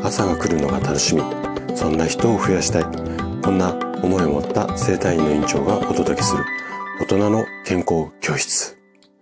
朝が来るのが楽しみ、そんな人を増やしたい、こんな思いを持った整体院の院長がお届けする大人の健康教室。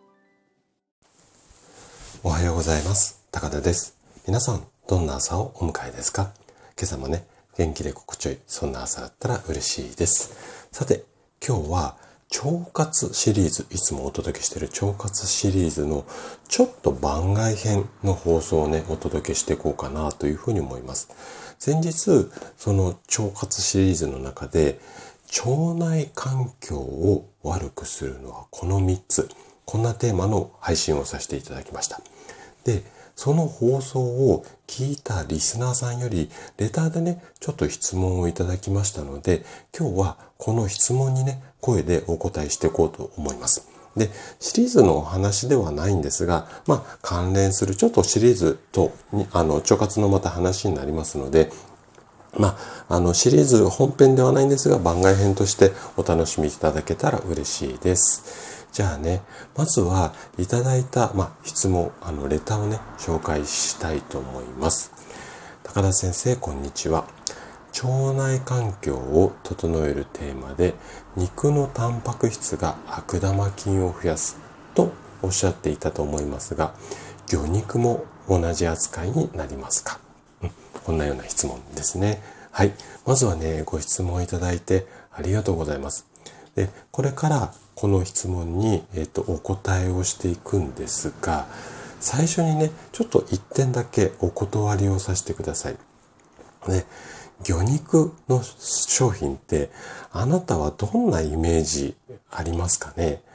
おはようございます。高田です。皆さんどんな朝をお迎えですか？今朝もね、元気で心地よい、そんな朝だったら嬉しいです。さて、今日は腸活シリーズ、いつもお届けしている腸活シリーズのちょっと番外編の放送をね、お届けしていこうかなというふうに思います。先日、その腸活シリーズの中で、腸内環境を悪くするのはこの3つ。こんなテーマの配信をさせていただきました。で、その放送を聞いたリスナーさんよりレターでね、ちょっと質問をいただきましたので、今日はこの質問にね、声でお答えしていこうと思います。で、シリーズのお話ではないんですが、関連するちょっとシリーズと腸活のまた話になりますので、シリーズ本編ではないんですが、番外編としてお楽しみいただけたら嬉しいです。じゃあね、まずはいただいた、質問、レターをね、紹介したいと思います。高田先生、こんにちは。腸内環境を整えるテーマで、肉のタンパク質が悪玉菌を増やすとおっしゃっていたと思いますが、魚肉も同じ扱いになりますか？こんなような質問ですね。はい。まずはね、ご質問いただいてありがとうございます。で、これからこの質問に、お答えをしていくんですが、最初にね、ちょっと一点だけお断りをさせてください。で、魚肉の商品ってあなたはどんなイメージありますかね？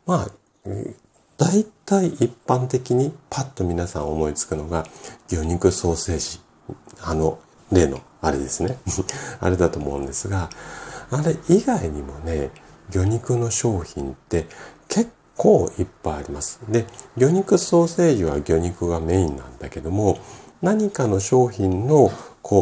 大体一般的にパッと皆さん思いつくのが魚肉ソーセージ。例のあれですね。あれだと思うんですが、あれ以外にもね、魚肉の商品って結構いっぱいあります。で、魚肉ソーセージは魚肉がメインなんだけども、何かの商品の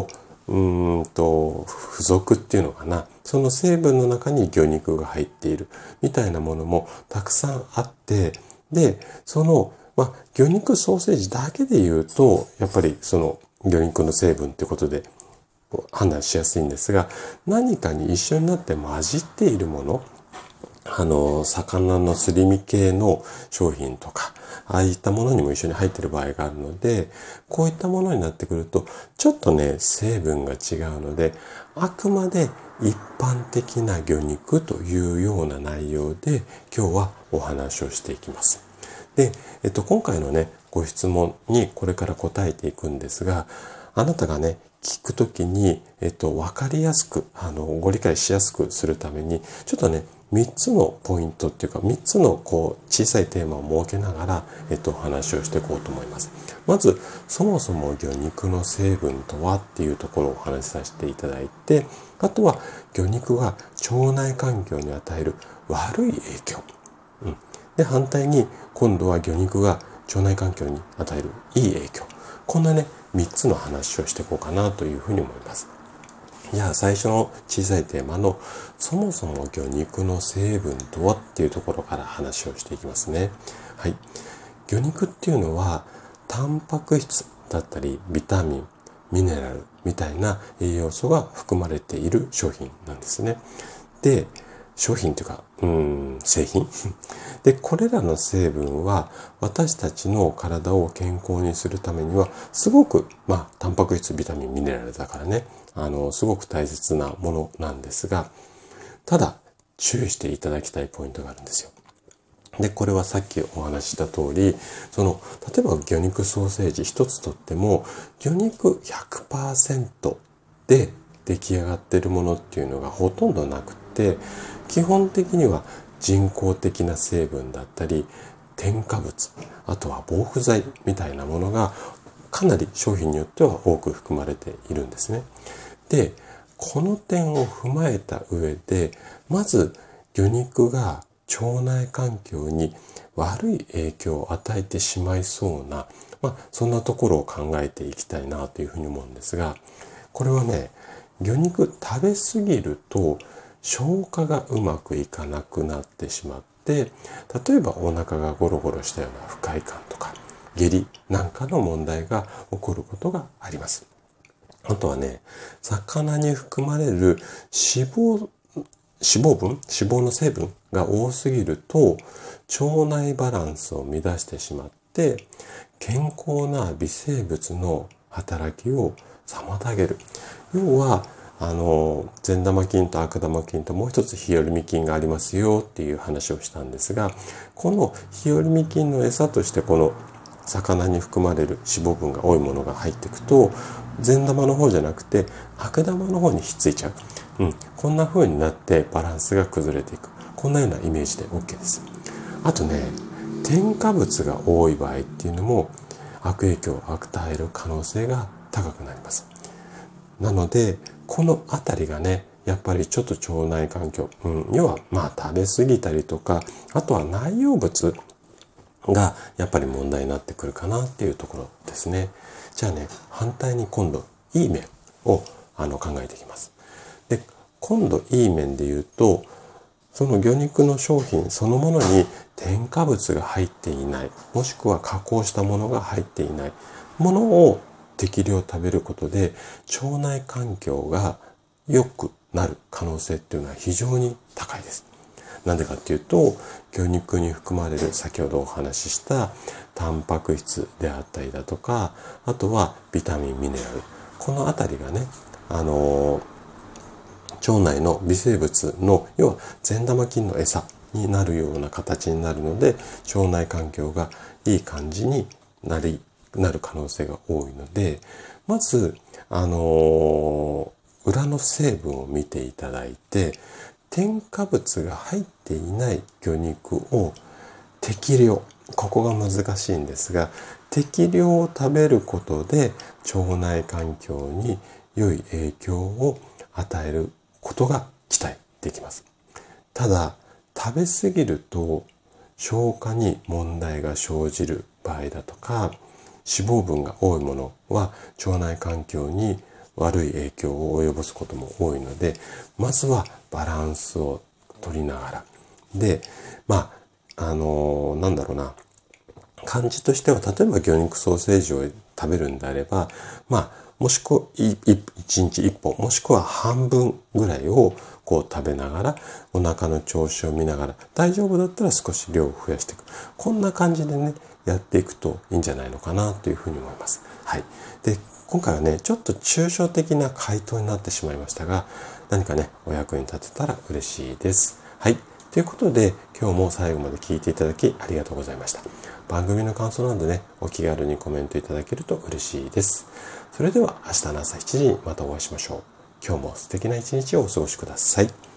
付属っていうのかな、その成分の中に魚肉が入っているみたいなものもたくさんあって、で、魚肉ソーセージだけで言うと、やっぱりその魚肉の成分ってことで判断しやすいんですが、何かに一緒になって混じっているもの、魚のすり身系の商品とか、ああいったものにも一緒に入っている場合があるので、こういったものになってくると、ちょっとね、成分が違うので、あくまで一般的な魚肉というような内容で、今日はお話をしていきます。で、今回のね、ご質問にこれから答えていくんですが、あなたがね、聞くときに、わかりやすく、ご理解しやすくするために、ちょっとね、3つのポイントっていうか、3つの小さいテーマを設けながら、お話をしていこうと思います。まず、そもそも魚肉の成分とはっていうところをお話しさせていただいて、あとは魚肉が腸内環境に与える悪い影響。で、反対に、今度は魚肉が腸内環境に与えるいい影響。こんなね、3つの話をしていこうかなというふうに思います。じゃあ最初の小さいテーマのそもそも魚肉の成分とはっていうところから話をしていきますね。はい。魚肉っていうのはタンパク質だったりビタミン、ミネラルみたいな栄養素が含まれている商品なんですね。で、商品というか、製品で、これらの成分は私たちの体を健康にするためにはすごく、タンパク質、ビタミン、ミネラルだからね、すごく大切なものなんですが、ただ注意していただきたいポイントがあるんですよ。で、これはさっきお話しした通り、例えば魚肉ソーセージ一つとっても、魚肉 100% で出来上がっているものっていうのがほとんどなくて、基本的には人工的な成分だったり、添加物、あとは防腐剤みたいなものがかなり商品によっては多く含まれているんですね。で、この点を踏まえた上で、まず魚肉が腸内環境に悪い影響を与えてしまいそうな、そんなところを考えていきたいなというふうに思うんですが、これはね、魚肉食べ過ぎると消化がうまくいかなくなってしまって、例えばお腹がゴロゴロしたような不快感とか下痢なんかの問題が起こることがあります。 あとはね、魚に含まれる脂肪の成分が多すぎると腸内バランスを乱してしまって、健康な微生物の働きを妨げる。要は、善玉菌と悪玉菌ともう一つ日和見菌がありますよっていう話をしたんですが、この日和見菌の餌としてこの魚に含まれる脂肪分が多いものが入っていくと、善玉の方じゃなくて悪玉の方にひっついちゃう。こんな風になってバランスが崩れていく。こんなようなイメージで OK です。あとね、添加物が多い場合っていうのも悪影響を与える可能性が高くなります。なので、このあたりがね、やっぱりちょっと腸内環境、要は食べ過ぎたりとか、あとは内容物がやっぱり問題になってくるかなっていうところですね。じゃあね、反対に今度いい面を考えていきます。で、今度いい面で言うと、その魚肉の商品そのものに添加物が入っていない、もしくは加工したものが入っていないものを適量食べることで腸内環境が良くなる可能性っていうのは非常に高いです。なんでかっていうと、魚肉に含まれる先ほどお話ししたタンパク質であったりだとか、あとはビタミン、ミネラル、このあたりがね、腸内の微生物の要は善玉菌の餌になるような形になるので、腸内環境がいい感じになる可能性が多いので、まず裏の成分を見ていただいて、添加物が入っていない魚肉を適量、ここが難しいんですが、適量を食べることで腸内環境に良い影響を与えることが期待できます。ただ、食べ過ぎると消化に問題が生じる場合だとか、脂肪分が多いものは腸内環境に悪い影響を及ぼすことも多いので、まずはバランスを取りながら。で、感じとしては、例えば魚肉ソーセージを食べるんであれば、もしくは1日1本、もしくは半分ぐらいをこう食べながら、お腹の調子を見ながら、大丈夫だったら少し量を増やしていく。こんな感じでね、やっていくといいんじゃないのかなというふうに思います。はい。で、今回はね、ちょっと抽象的な回答になってしまいましたが、何かね、お役に立てたら嬉しいです。はい。ということで、今日も最後まで聞いていただきありがとうございました。番組の感想などね、お気軽にコメントいただけると嬉しいです。それでは明日の朝7時にまたお会いしましょう。今日も素敵な一日をお過ごしください。